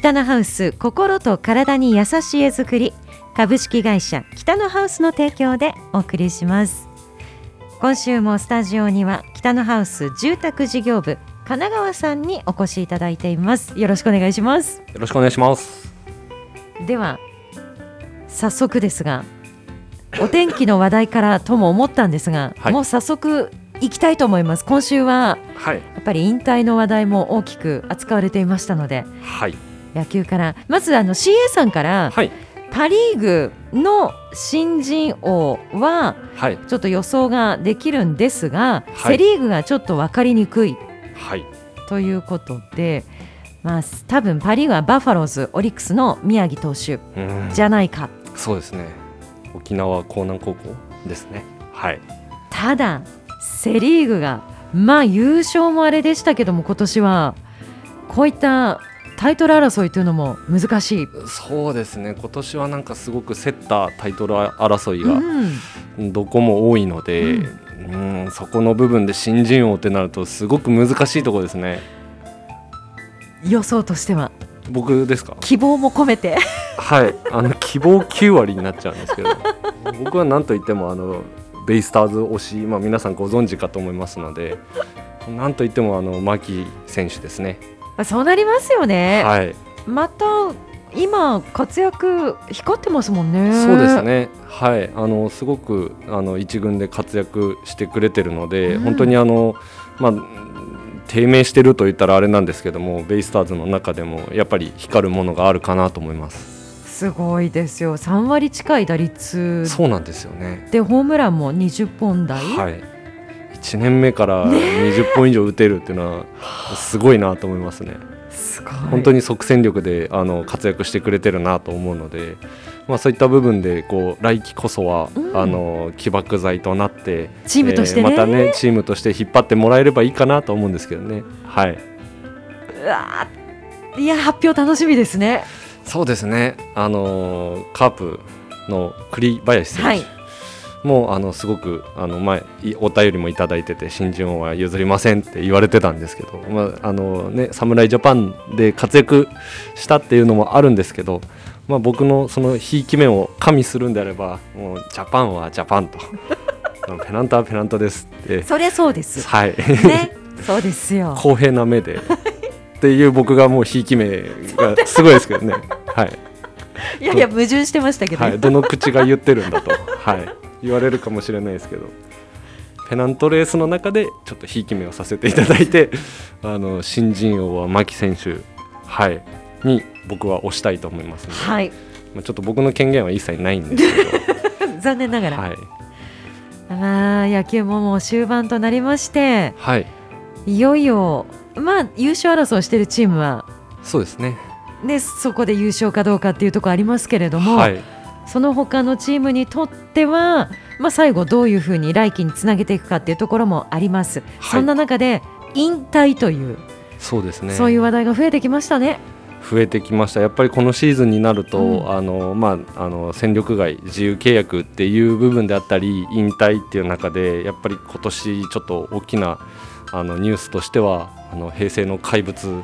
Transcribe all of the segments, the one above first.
北のハウス、心と体に優しい絵作り、株式会社北のハウスの提供でお送りします。今週もスタジオには北のハウス住宅事業部神奈川さんにお越しいただいています。よろしくお願いします。 よろしくお願いします。 では早速ですが、お天気の話題からとも思ったんですが、もう早速行きたいと思います。今週はやっぱり引退の話題も大きく扱われていましたので、野球からまずCA さんから、パリーグの新人王はちょっと予想ができるんですが、セリーグがちょっと分かりにくい、ということで、多分パリーグはバファローズ、オリックスの宮城投手じゃないか。 そうですね、沖縄江南高校ですね。 ただセリーグが優勝もあれでしたけども、今年はこういったタイトル争いというのも難しい。 そうですね、今年はなんかすごく競ったタイトル争いがどこも多いので、そこの部分で新人王ってなるとすごく難しいところですね。 予想としては僕ですか？ 希望も込めて希望9割になっちゃうんですけど僕は何と言ってもベイスターズ推し、皆さんご存知かと思いますので、何と言っても牧選手ですね。 そうなりますよね。また今活躍光ってますもんね。 そうですね、すごく一軍で活躍してくれてるので、本当に低迷してると言ったらあれなんですけども、ベイスターズの中でもやっぱり光るものがあるかなと思います。 すごいですよ。3割近い打率。 そうなんですよね。 でホームランも20本台、 1年目から20本以上打てるっていうのはすごいなと思いますね。 すごい、 本当に即戦力で活躍してくれてるなと思うので、そういった部分で来季こそは、起爆剤となってチームとしてね、 またねチームとして引っ張ってもらえればいいかなと思うんですけどね。 いや発表楽しみですね。 そうですね、カープの栗林選手、もうすごく前お便りもいただいてて、新人王は譲りませんって言われてたんですけど、侍ジャパンで活躍したっていうのもあるんですけど、僕のそのひいき目を加味するんであれば、もうジャパンはジャパンとペナントはペナントですって。 そりゃそうです、そうですよ、 公平な目でっていう僕がもうひいき目がすごいですけどね。 いや矛盾してましたけど、 どの口が言ってるんだと言われるかもしれないですけど、ペナントレースの中でちょっとひいき目をさせていただいて新人王は牧選手、に僕は推したいと思いますので、ちょっと僕の権限は一切ないんですけど残念ながら、野球ももう終盤となりまして、いよいよ優勝争いしているチームはそうですね、 そこで優勝かどうかっていうところありますけれども、その他のチームにとっては、最後どういうふうに来季につなげていくかっていうところもあります。そんな中で引退という、 そうですね、 そういう話題が増えてきましたね。 増えてきました。やっぱりこのシーズンになると、戦力外自由契約っていう部分であったり、引退っていう中でやっぱり今年ちょっと大きなニュースとしては平成の怪物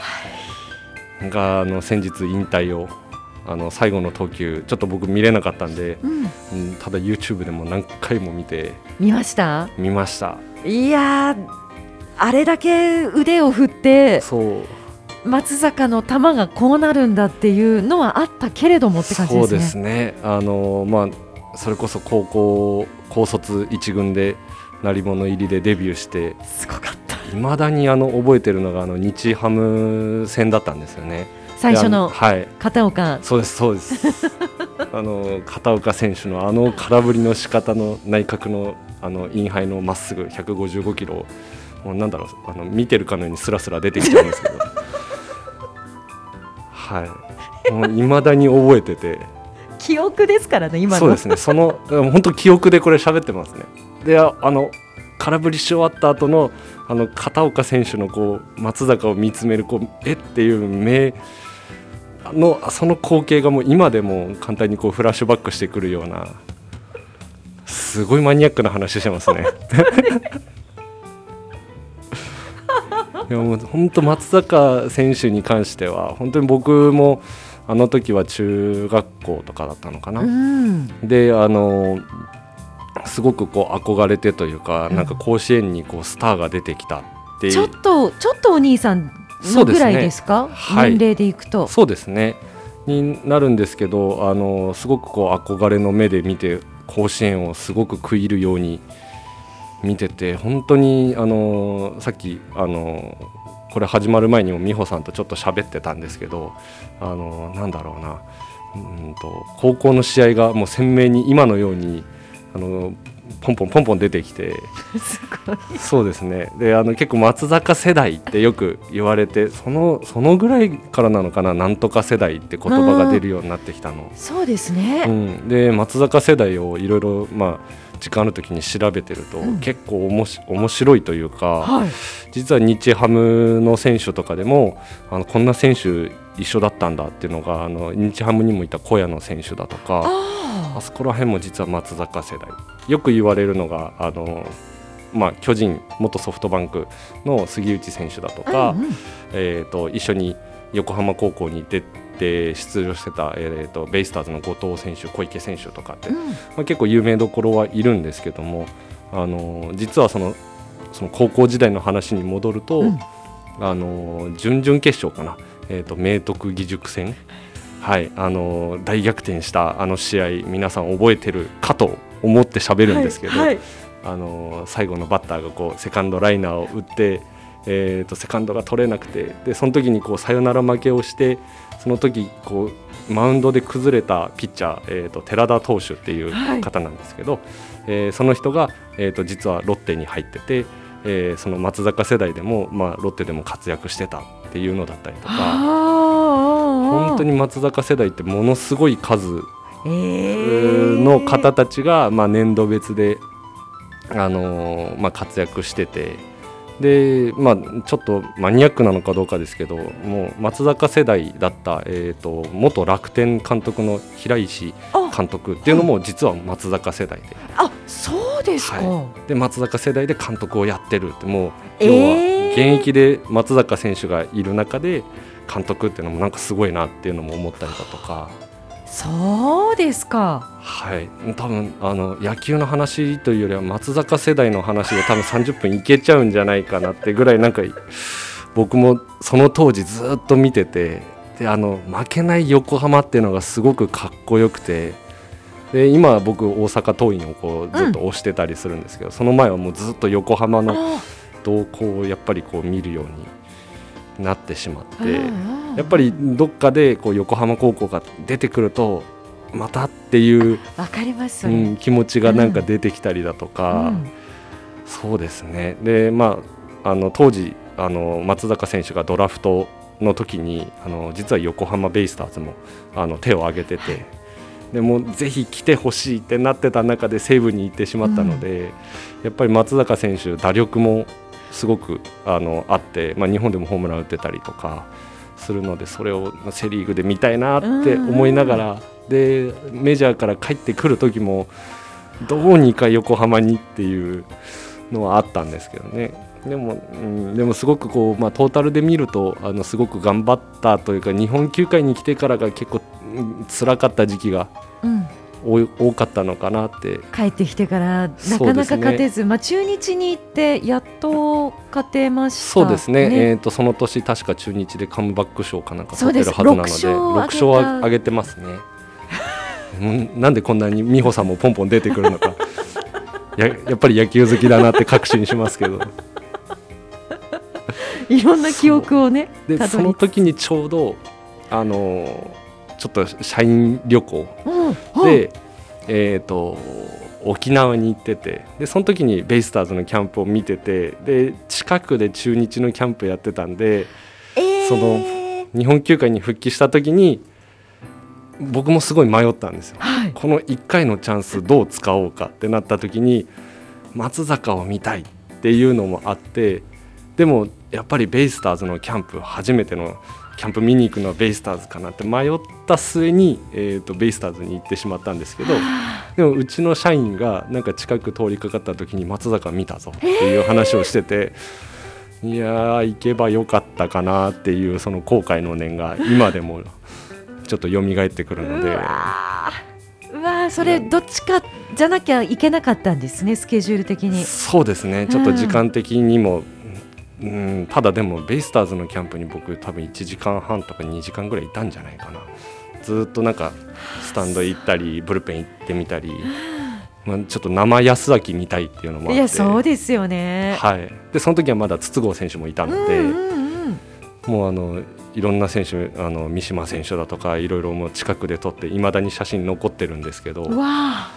が先日引退を最後の投球ちょっと僕見れなかったんで、ただ YouTube でも何回も見ました。 いやあれだけ腕を振って松坂の球がこうなるんだっていうのはあったけれどもって感じですね。 そうですね、それこそ高卒1軍で鳴り物入りでデビューして、 すごかった。 未だに覚えてるのが日ハム戦だったんですよね。 最初の片岡、 そうです片岡選手の空振りの仕方の内角のインハイのまっすぐ155キロ、もうなんだろう、見てるかのようにスラスラ出てきちゃうんですけどもう未だに覚えてて記憶ですからね、今の。 そうですね、本当記憶でこれ喋ってますね。で空振りし終わった後の片岡選手の松坂を見つめるっていう目のその光景がもう今でも簡単にフラッシュバックしてくるような、すごいマニアックな話してますねいやもう本当松坂選手に関しては本当に僕もあの時は中学校とかだったのかな、ですごくこう憧れてというか、なんか甲子園にこうスターが出てきたっていう、 ちょっとお兄さんのぐらいですか、年齢でいくと。 そうですねになるんですけど、すごくこう憧れの目で見て甲子園をすごく食い入るように見てて、本当にさっきこれ始まる前にも美穂さんとちょっと喋ってたんですけど、なんだろうな、高校の試合がもう鮮明に今のようにポンポン出てきてすごい。 そうですね。で結構松坂世代ってよく言われて、そのぐらいからなのかな、なんとか世代って言葉が出るようになってきたの。 そうですね、 で松坂世代をいろいろ時間ある時に調べてると、結構面白いというか、実は日ハムの選手とかでもこんな選手一緒だったんだっていうのが日ハムにもいた小谷の選手だとか、あそこら辺も実は松坂世代。よく言われるのが巨人元ソフトバンクの杉内選手だとか、一緒に横浜高校に出て出場してた、ベイスターズの後藤選手、小池選手とかって、結構有名どころはいるんですけども、実はその高校時代の話に戻ると、準々決勝かな、明徳義塾戦、大逆転した試合、皆さん覚えてるかと思って喋るんですけど、最後のバッターがこうセカンドライナーを打って、セカンドが取れなくて、でその時にこうサヨナラ負けをして、その時こうマウンドで崩れたピッチャー、寺田投手っていう方なんですけど、その人が、実はロッテに入ってて、その松坂世代でも、ロッテでも活躍してたっていうのだったりとか、本当に松坂世代ってものすごい数の方たちが、年度別で、活躍してて、でちょっとマニアックなのかどうかですけど、もう松坂世代だった、元楽天監督の平石監督っていうのも実は松坂世代で、 そうですか、 で松坂世代で監督をやってるって、もう要は現役で松坂選手がいる中で監督っていうのもなんかすごいなっていうのも思ったりだとか。 そうですか。 多分野球の話というよりは松坂世代の話で多分30分いけちゃうんじゃないかなってぐらい、なんか僕もその当時ずっと見てて、で負けない横浜っていうのがすごくかっこよくて、で今僕大阪桐蔭をこうずっと推してたりするんですけど、その前はもうずっと横浜の動向をやっぱりこう見るようになってしまって、やっぱりどっかでこう横浜高校が出てくるとまたっていうわかります、 気持ちがなんか出てきたりだとか、そうですね。で当時松坂選手がドラフトの時に実は横浜ベイスターズも手を挙げてて、でもぜひ来てほしいってなってた中で西武に行ってしまったので、やっぱり松坂選手打力もすごくあって、日本でもホームラン打ってたりとかするので、それをセリーグで見たいなって思いながら、でメジャーから帰ってくる時もどうにか横浜にっていうのはあったんですけどね。でもすごくこう、トータルで見るとすごく頑張ったというか、日本球界に来てからが結構辛かった時期が多かったのかなって。 帰ってきてからなかなか勝てず、中日に行ってやっと勝てましたね。 そうですね、その年確か中日でカムバック賞かなんか取ってるはずなので6勝上げてますね。なんでこんなに美穂さんもポンポン出てくるのかやっぱり野球好きだなって確信しますけどいろんな記憶をね。 でその時にちょうどちょっと社員旅行で、沖縄に行ってて、でその時にベイスターズのキャンプを見てて、で近くで中日のキャンプやってたんで、その日本球界に復帰した時に僕もすごい迷ったんですよ、この1回のチャンスどう使おうかってなった時に松坂を見たいっていうのもあって、でもやっぱりベイスターズのキャンプ、初めてのキャンプ見に行くのはベイスターズかなって迷った末に、ベイスターズに行ってしまったんですけど、でもうちの社員がなんか近く通りかかった時に松坂見たぞっていう話をしてて、 いや行けばよかったかなっていうその後悔の念が今でもちょっと蘇ってくるので、 うわそれどっちかじゃなきゃいけなかったんですね、スケジュール的に。 そうですね、ちょっと時間的にも、ただでもベイスターズのキャンプに僕多分1時間半とか2時間ぐらいいたんじゃないかな。ずっとなんかスタンド行ったりブルペン行ってみたり、ちょっと生安崎見たいっていうのもあって。 いやそうですよね、 はい、でその時はまだ筒香選手もいたので、もういろんな選手三島選手だとかいろいろもう近くで撮っていまだに写真残ってるんですけど、はい、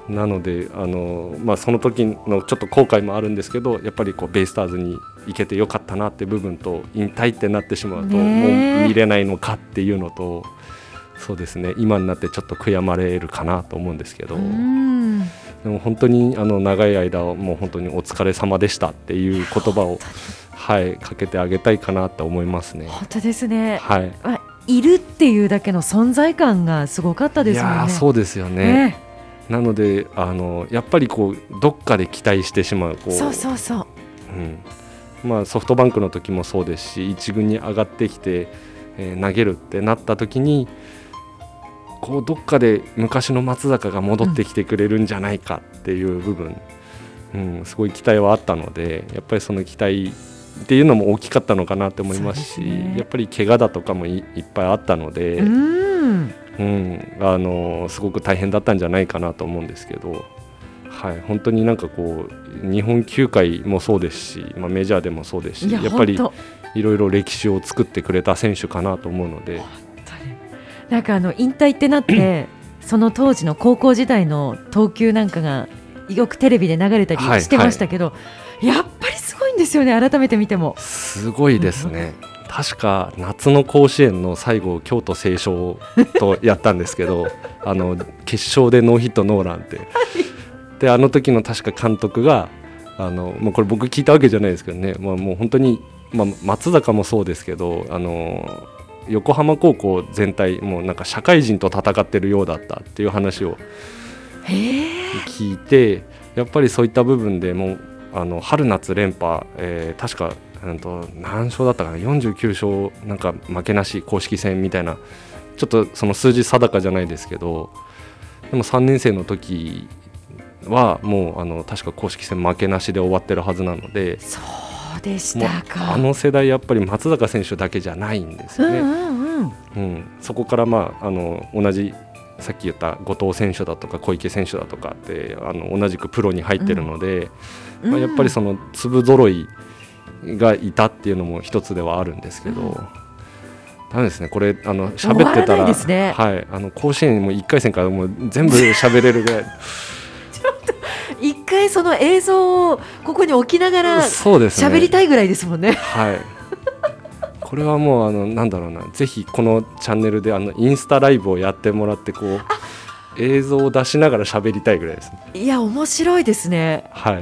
なのでその時のちょっと後悔もあるんですけど、やっぱりこうベイスターズに行けてよかったなって部分と、引退ってなってしまうともう見れないのかっていうのと、そうですね、今になってちょっと悔やまれるかなと思うんですけど、でも本当に長い間もう本当にお疲れ様でしたっていう言葉を、はい、かけてあげたいかなと思いますね。 本当ですね、 はい、 いるっていうだけの存在感がすごかったですもんね。 いやそうですよね、なのでやっぱりこうどっかで期待してしまう、 そう、ソフトバンクの時もそうですし、一軍に上がってきて、投げるってなった時にこうどっかで昔の松坂が戻ってきてくれるんじゃないかっていう部分、すごい期待はあったので、やっぱりその期待っていうのも大きかったのかなと思いますし、やっぱり怪我だとかも いっぱいあったので、すごく大変だったんじゃないかなと思うんですけど、はい、本当になんかこう日本球界もそうですし、メジャーでもそうですし、やっぱりいろいろ歴史を作ってくれた選手かなと思うので、 なんか引退ってなってその当時の高校時代の投球なんかがよくテレビで流れたりしてましたけど、やっぱりすごいんですよね、改めて見てもすごいですね。確か夏の甲子園の最後京都成章とやったんですけど決勝でノーヒットノーランって、で時の確か監督がもうこれ僕聞いたわけじゃないですけどね、もう本当に、松坂もそうですけど横浜高校全体もうなんか社会人と戦ってるようだったっていう話を聞いて、やっぱりそういった部分でもう春夏連覇、確か何勝だったかな、49勝なんか負けなし公式戦みたいな、ちょっとその数字定かじゃないですけど、でも3年生の時はもう確か公式戦負けなしで終わってるはずなので、 そうでしたか。 世代やっぱり松坂選手だけじゃないんですよね、そこから同じさっき言った後藤選手だとか小池選手だとかって同じくプロに入ってるので、やっぱりその粒揃いがいたっていうのも一つではあるんですけど、ダメですねこれ喋ってたら、甲子園も1回戦からもう全部喋れるぐらいちょっと一回その映像をここに置きながら喋りたいぐらいですもんね。はいこれはもうなんだろうな、ぜひこのチャンネルでインスタライブをやってもらってこう映像を出しながら喋りたいぐらいですね。 いや面白いですね。 はい、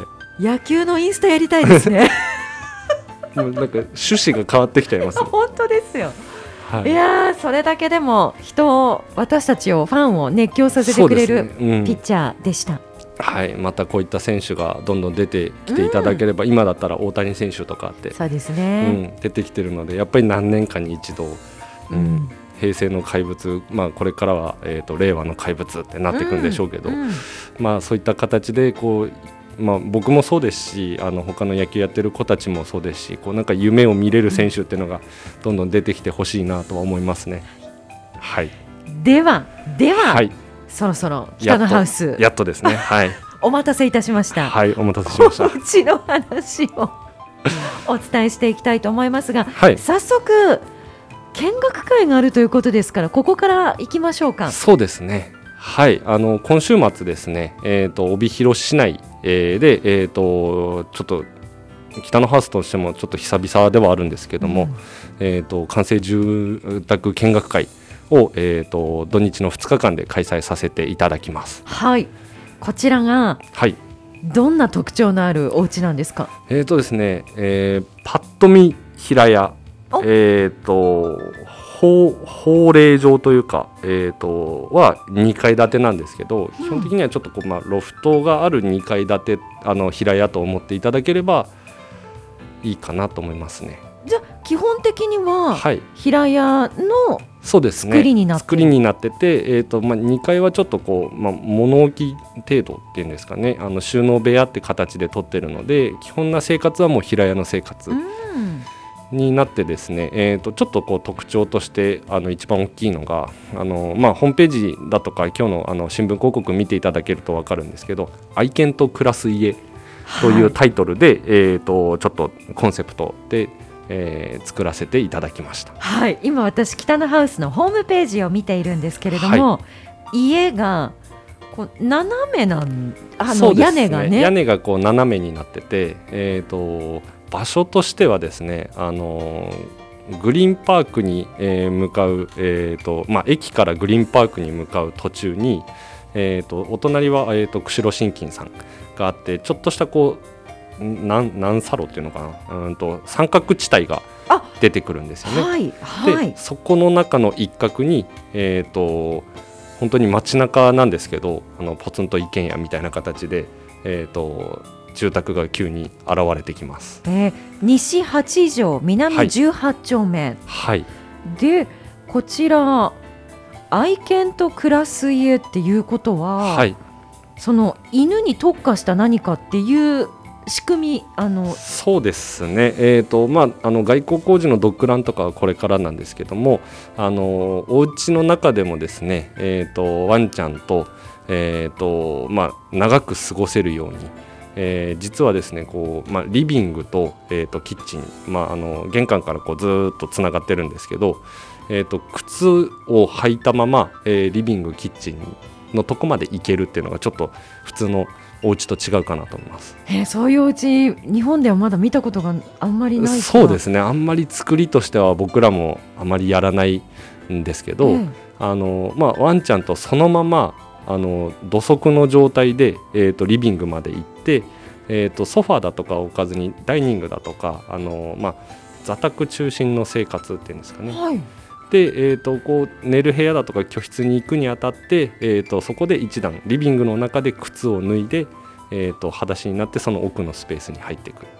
野球のインスタやりたいですねもうなんか趣旨が変わってきちゃいます本当ですよ、いやそれだけでも私たちをファンを熱狂させてくれるピッチャーでした。 はい、またこういった選手がどんどん出てきていただければ、今だったら大谷選手とかってそうですね、 出てきてるので、やっぱり何年かに一度、平成の怪物、これからは、令和の怪物ってなっていくんでしょうけど、そういった形でこう、僕もそうですし他の野球やってる子たちもそうですし、こうなんか夢を見れる選手っていうのがどんどん出てきてほしいなとは思いますね。はい、では、 はい、そろそろ北のハウスやっとですね、はい、 お待たせいたしました。 はい、お待たせしました。 お家の話をお伝えしていきたいと思いますが、早速見学会があるということですから、ここから行きましょうか。 そうですね、はい、今週末ですね、帯広市内、で、ちょっと北のハウスとしてもちょっと久々ではあるんですけども、完成住宅見学会を、土日の2日間で開催させていただきます。 はい、こちらが、どんな特徴のあるお家なんですか？ ですね、パッと見平屋、法令上というか、は2階建てなんですけど、基本的にはちょっとロフトがある2階建て平屋と思っていただければいいかなと思いますね。 じゃあ基本的には平屋の作りになって、 作りになってて、2階はちょっとこう、物置程度っていうんですかね、収納部屋って形で取ってるので、基本な生活はもう平屋の生活になってですね、ちょっとこう特徴として一番大きいのがホームページだとか今日の新聞広告見ていただけると分かるんですけど、愛犬と暮らす家というタイトルで、ちょっとコンセプトで作らせていただきました。 はい、今私北のハウスのホームページを見ているんですけれども、家がこう斜めなん屋根がね、 屋根がこう斜めになってて、場所としてはですね、グリーンパークに向かう、駅からグリーンパークに向かう途中に、お隣は釧路新金さんがあって、ちょっとしたこう南サロっていうのかな、三角地帯が出てくるんですよね。でそこの中の一角に、本当に街中なんですけど、ポツンと一軒家みたいな形で、住宅が急に現れてきます。 西8条南18丁目、でこちら愛犬と暮らす家っていうことは、その犬に特化した何かっていう仕組みそうですね、外構工事のドッグランとかはこれからなんですけども、お家の中でもですね、ワンちゃんと、長く過ごせるように、実はですねこう、リビングと、キッチン、玄関からこうずっとつながってるんですけど、靴を履いたまま、リビングキッチンのとこまで行けるっていうのがちょっと普通のお家と違うかなと思います。 そういうお家日本ではまだ見たことがあんまりない。 そうですね、あんまり作りとしては僕らもあまりやらないんですけど、ワンちゃんとそのまま土足の状態で、リビングまで行って、ソファーだとか置かずにダイニングだとか座卓中心の生活っていうんですかね、で、こう寝る部屋だとか居室に行くにあたって、そこで一段リビングの中で靴を脱いで、裸足になってその奥のスペースに入っていくって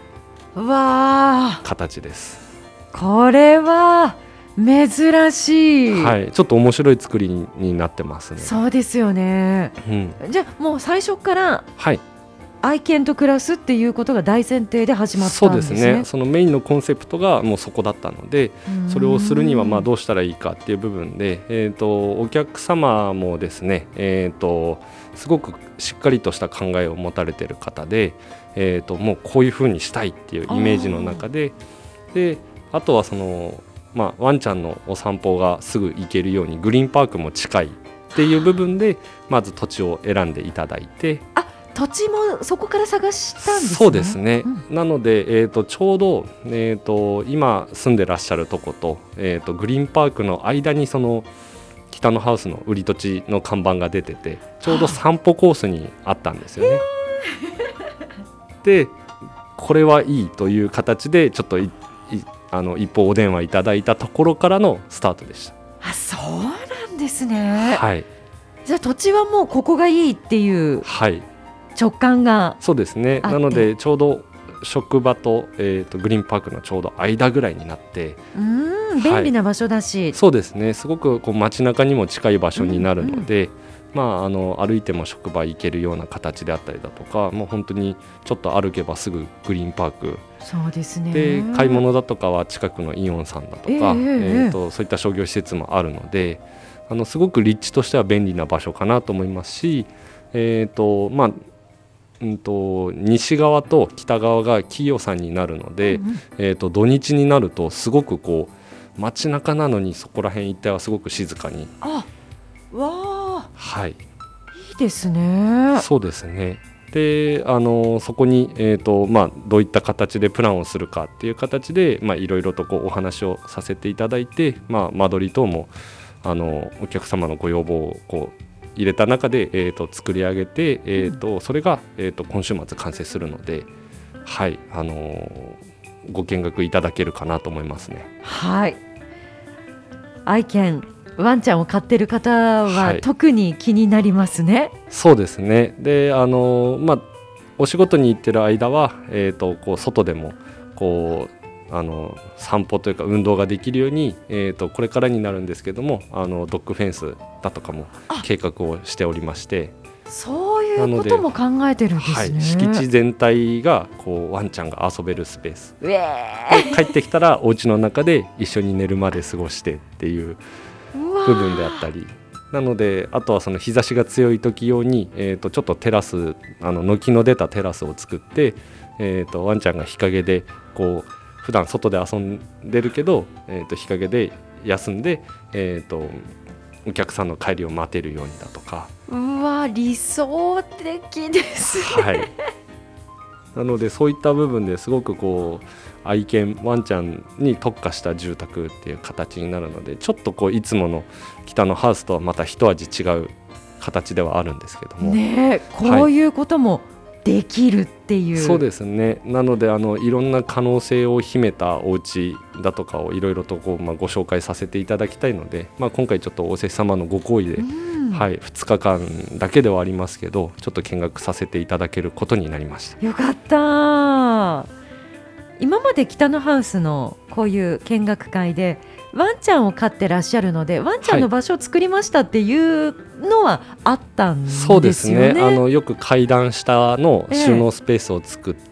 形です。 これは珍しい、 ちょっと面白い作りになってますね。 そうですよね、じゃあもう最初から愛犬と暮らすっていうことが大前提で始まったんですね。 そうですね、そのメインのコンセプトがもうそこだったので、それをするにはどうしたらいいかっていう部分で、お客様もですね、すごくしっかりとした考えを持たれている方で、もうこういう風にしたいっていうイメージの中で、あとはその、ワンちゃんのお散歩がすぐ行けるようにグリーンパークも近いっていう部分でまず土地を選んでいただいて、 土地もそこから探したんですね。 そうですね、なので、ちょうど、今住んでらっしゃるとこと、グリーンパークの間にその北のハウスの売り土地の看板が出てて、ちょうど散歩コースにあったんですよね。でこれはいいという形でちょっと一報お電話いただいたところからのスタートでした。 そうなんですね。じゃあ土地はもうここがいいっていう直感がそうですね。なのでちょうど職場と、グリーンパークのちょうど間ぐらいになって、 便利な場所だし、 そうですね、すごくこう街中にも近い場所になるので、歩いても職場行けるような形であったりだとか、もう本当にちょっと歩けばすぐグリーンパーク、 そうですね、 で買い物だとかは近くのイオンさんだとか、そういった商業施設もあるので、すごく立地としては便利な場所かなと思いますし、西側と北側が企業さんになるので、土日になるとすごくこう街中なのにそこら辺一帯はすごく静かに、いいですね。 そうですね。でそこに、どういった形でプランをするかっていう形でいろいろとこうお話をさせていただいて、間取り等もお客様のご要望をこう入れた中で、作り上げて、それが、今週末完成するので、ご見学いただけるかなと思いますね。 愛犬ワンちゃんを飼ってる方は、特に気になりますね。 そうですね。でお仕事に行ってる間は、こう外でもこう散歩というか運動ができるように、これからになるんですけどもドッグフェンスだとかも計画をしておりまして、 そういうことも考えてるんですね。 敷地全体がこうワンちゃんが遊べるスペースで、帰ってきたらお家の中で一緒に寝るまで過ごしてっていう部分であったり、なのであとはその日差しが強い時用に、ちょっとテラス軒の出たテラスを作って、ワンちゃんが日陰でこう普段外で遊んでるけど、日陰で休んで、お客さんの帰りを待てるようにだとか。 うわ、理想的ですね。 はい、なのでそういった部分ですごくこう愛犬ワンちゃんに特化した住宅っていう形になるので、ちょっとこういつもの北のハウスとはまた一味違う形ではあるんですけども、 ね、こういうこともできるっていう、 そうですね。なのでいろんな可能性を秘めたお家だとかをいろいろとご紹介させていただきたいので、今回ちょっとお施主様のご好意で、2日間だけではありますけどちょっと見学させていただけることになりました。 よかった。今まで北のハウスのこういう見学会でワンちゃんを飼ってらっしゃるのでワンちゃんの場所を作りましたっていうのはあったんですよね。 そうですね。よく階段下の収納スペースを作って、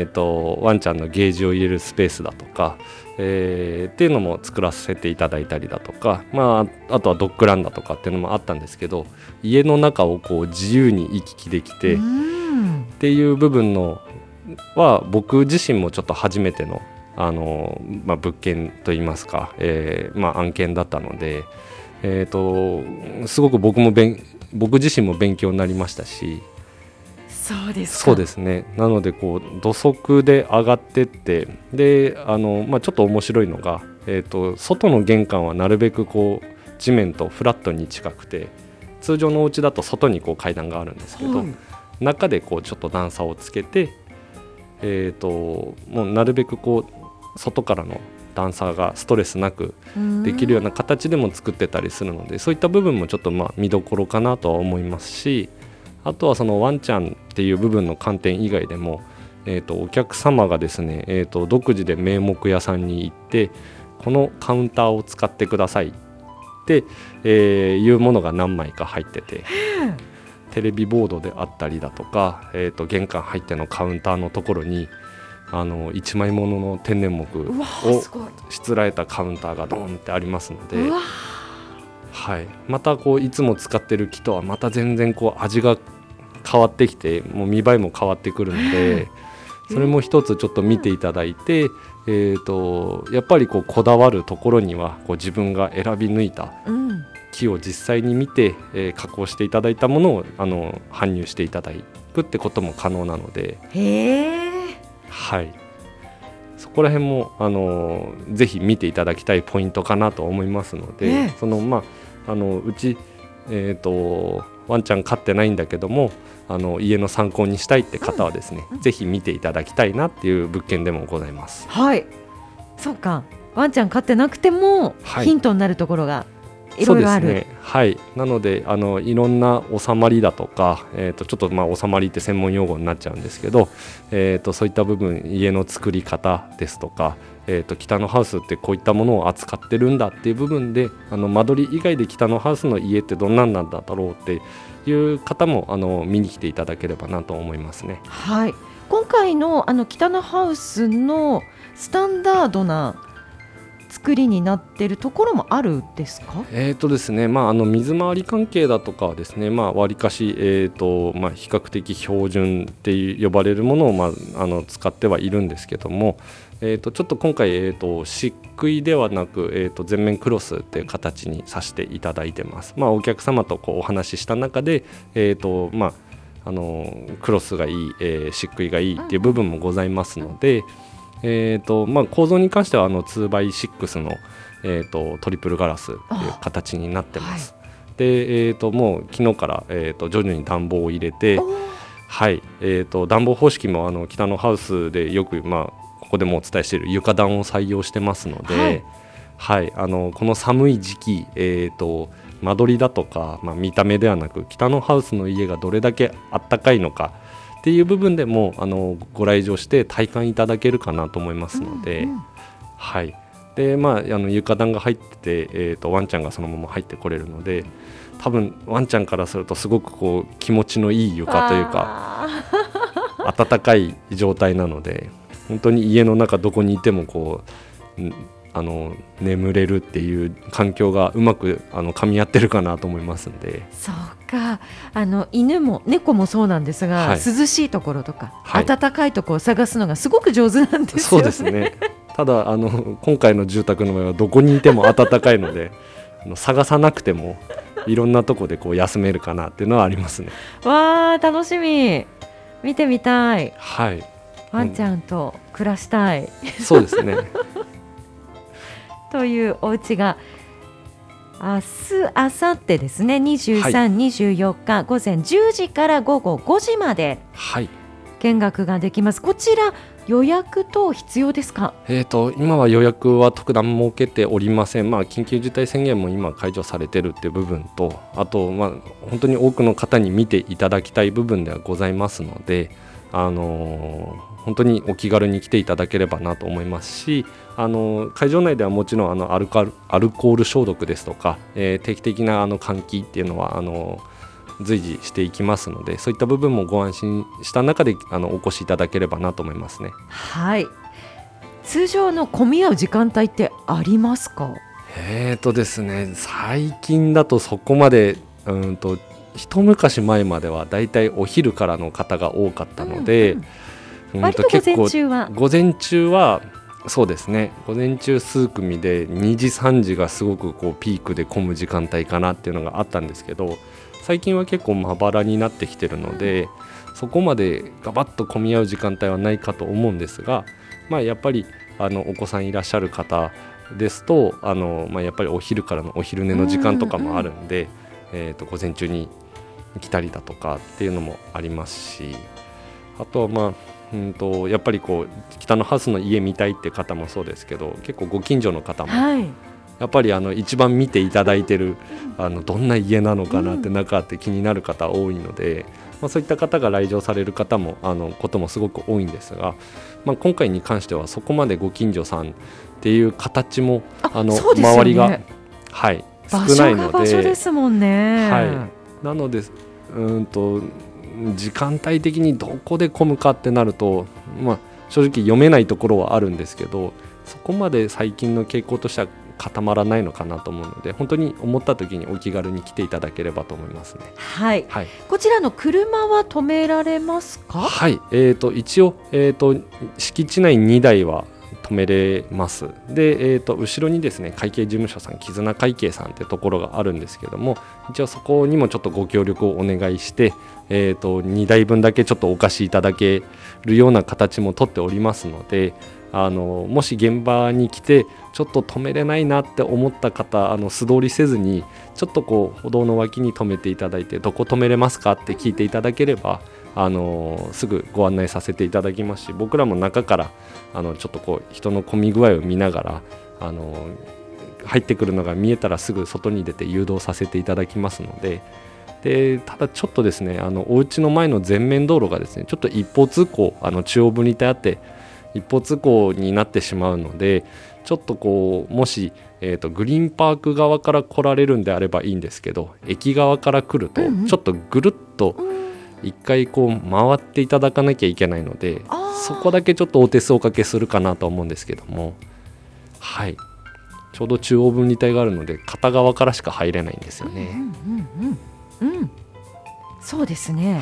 ワンちゃんのゲージを入れるスペースだとか、っていうのも作らせていただいたりだとか、あとはドッグランだとかっていうのもあったんですけど、家の中をこう自由に行き来できてっていう部分のは僕自身もちょっと初めての物件といいますか、案件だったので、すごく僕自身も勉強になりましたし。 そうですか。 そうですね。なのでこう土足で上がってってでちょっと面白いのが、外の玄関はなるべくこう地面とフラットに近くて、通常のお家だと外にこう階段があるんですけど、中でこうちょっと段差をつけて、もうなるべくこう外からの段差がストレスなくできるような形でも作ってたりするので、そういった部分もちょっと見どころかなとは思いますし、あとはそのワンちゃんっていう部分の観点以外でも、お客様がですね、独自で名目屋さんに行ってこのカウンターを使ってくださいって、いうものが何枚か入ってて、テレビボードであったりだとか、玄関入ってのカウンターのところに1枚ものの天然木をしつらえたカウンターがドーンってありますので、またこういつも使ってる木とはまた全然こう味が変わってきて、もう見栄えも変わってくるので、それも一つちょっと見ていただいて、やっぱりこだわるところにはこう自分が選び抜いた木を実際に見て、加工していただいたものを搬入していただくってことも可能なので、そこら辺もぜひ見ていただきたいポイントかなと思いますので、うち、ワンちゃん飼ってないんだけども家の参考にしたいって方はですね、ぜひ見ていただきたいなっていう物件でもございます。 そうか、ワンちゃん飼ってなくてもヒントになるところがいろいろある。 そうですね。なのでいろんな収まりだとか、ちょっと収まりって専門用語になっちゃうんですけど、そういった部分、家の作り方ですとか、北のハウスってこういったものを扱ってるんだっていう部分で、間取り以外で北のハウスの家ってどんなんなんだろうっていう方も見に来ていただければなと思いますね。 今回の北のハウスのスタンダードな作りになっているところもあるですか？ ですね、水回り関係だとかはですね、わりかし、比較的標準って呼ばれるものを、使ってはいるんですけども、ちょっと今回、漆喰ではなく、全面クロスっていう形にさせていただいてます。お客様とお話しした中で、クロスがいい、漆喰がいいっていう部分もございますので、構造に関しては2x6 の、トリプルガラスという形になってます。で、もう昨日から、徐々に暖房を入れて、暖房方式も北のハウスでよく、ここでもお伝えしている床暖を採用してますので、この寒い時期、間取りだとか、見た目ではなく北のハウスの家がどれだけあったかいのかっていう部分でもご来場して体感いただけるかなと思いますので、はい。で床暖が入ってて、ワンちゃんがそのまま入ってこれるので、多分ワンちゃんからするとすごくこう気持ちのいい床というか暖かい状態なので、本当に家の中どこにいてもこう眠れるっていう環境がうまく噛み合ってるかなと思いますんで。 そうか、犬も猫もそうなんですが、涼しいところとか、暖かいところを探すのがすごく上手なんですよね。 そうですね。ただ今回の住宅の場合はどこにいても暖かいので探さなくてもいろんなとこでこう休めるかなっていうのはありますね。 わー、楽しみ。見てみたい。 はい。 ワンちゃんと暮らしたい。 そうですね。 というお家が明日、明後日ですね、23、24日午前10時から午後5時まで見学ができます。こちら予約等必要ですか？ 今は予約は特段設けておりません。緊急事態宣言も今解除されているっていう部分と、あと本当に多くの方に見ていただきたい部分ではございますので、本当にお気軽に来ていただければなと思いますし、会場内ではもちろんアルコール消毒ですとか、定期的な換気っていうのは随時していきますので、そういった部分もご安心した中でお越しいただければなと思いますね。 はい。通常の混み合う時間帯ってありますか？ ですね、最近だとそこまで一昔前まではだいたいお昼からの方が多かったので、 割と午前中はそうですね、午前中数組で2時3時がすごくこうピークで混む時間帯かなっていうのがあったんですけど、最近は結構まばらになってきてるので、そこまでガバッと混み合う時間帯はないかと思うんですが、やっぱりお子さんいらっしゃる方ですとやっぱりお昼からのお昼寝の時間とかもあるんで、午前中に来たりだとかっていうのもありますし、あとはやっぱりこう北のハウスの家見たいって方もそうですけど、結構ご近所の方も、やっぱり一番見ていただいてるどんな家なのかなって中って気になる方多いので、そういった方が来場される方もこともすごく多いんですが、今回に関してはそこまでご近所さんっていう形も周りが、少ないので、 場所ですもんね。 なので時間帯的にどこで混むかってなると、正直読めないところはあるんですけど、そこまで最近の傾向としては固まらないのかなと思うので、本当に思った時にお気軽に来ていただければと思いますね。 こちらの車は止められますか？ 一応、敷地内2台は止めれます。で、後ろにですね、会計事務所さん、絆会計さんってところがあるんですけども、一応そこにもちょっとご協力をお願いして、2台分だけちょっとお貸しいただけるような形も取っておりますので、もし現場に来てちょっと止めれないなって思った方、素通りせずにちょっとこう歩道の脇に止めていただいて、どこ止めれますかって聞いていただければすぐご案内させていただきますし、僕らも中からちょっとこう人の混み具合を見ながら入ってくるのが見えたらすぐ外に出て誘導させていただきますので、ただちょっとですね、お家の前の全面道路がですね、ちょっと一方通行中央分離帯あって一方通行になってしまうので、ちょっとこうもし、グリーンパーク側から来られるんであればいいんですけど、駅側から来るとちょっとぐるっと一回こう回っていただかなきゃいけないので、そこだけちょっとお手数おかけするかなと思うんですけども、ちょうど中央分離帯があるので片側からしか入れないんですよね。 そうですね。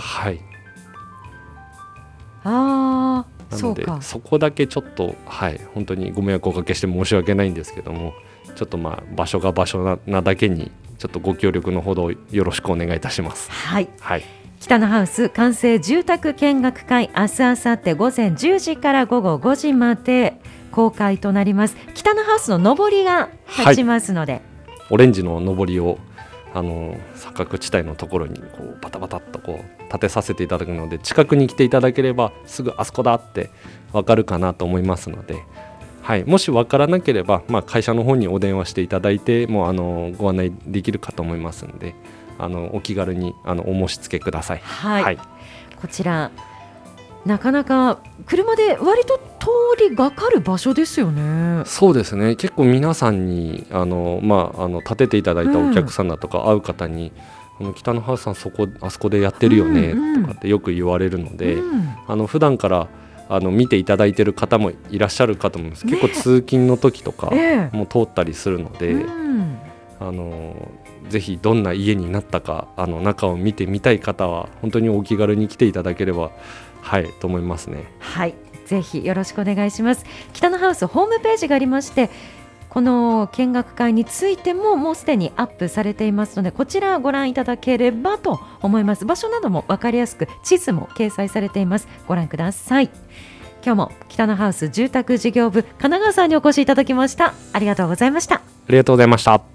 なのでそこだけちょっと本当にご迷惑をおかけして申し訳ないんですけども、ちょっと場所が場所なだけにちょっとご協力のほどよろしくお願いいたします。 北のハウス完成住宅見学会、明日明後日午前10時から午後5時まで公開となります。北のハウスの上りが立ちますので、 オレンジの上りを錯覚地帯のところにこうバタバタっとこう立てさせていただくので、近くに来ていただければすぐあそこだって分かるかなと思いますので、もし分からなければ、会社の方にお電話していただいてもご案内できるかと思いますので、お気軽にお申し付けください。 こちらなかなか車で割と通りがかる場所ですよね。 そうですね、結構皆さんに建てていただいたお客さんだとか会う方に、北のハウスさんあそこでやってるよねとかってよく言われるので、普段から見ていただいている方もいらっしゃるかと思います、結構通勤の時とかも通ったりするので、ぜひどんな家になったか中を見てみたい方は本当にお気軽に来ていただければと思いますね。 はい、ぜひよろしくお願いします。北のハウスホームページがありまして、この見学会についてももうすでにアップされていますので、こちらご覧いただければと思います。場所なども分かりやすく地図も掲載されています。ご覧ください。今日も北のハウス住宅事業部神奈川さんにお越しいただきました。ありがとうございました。 ありがとうございました。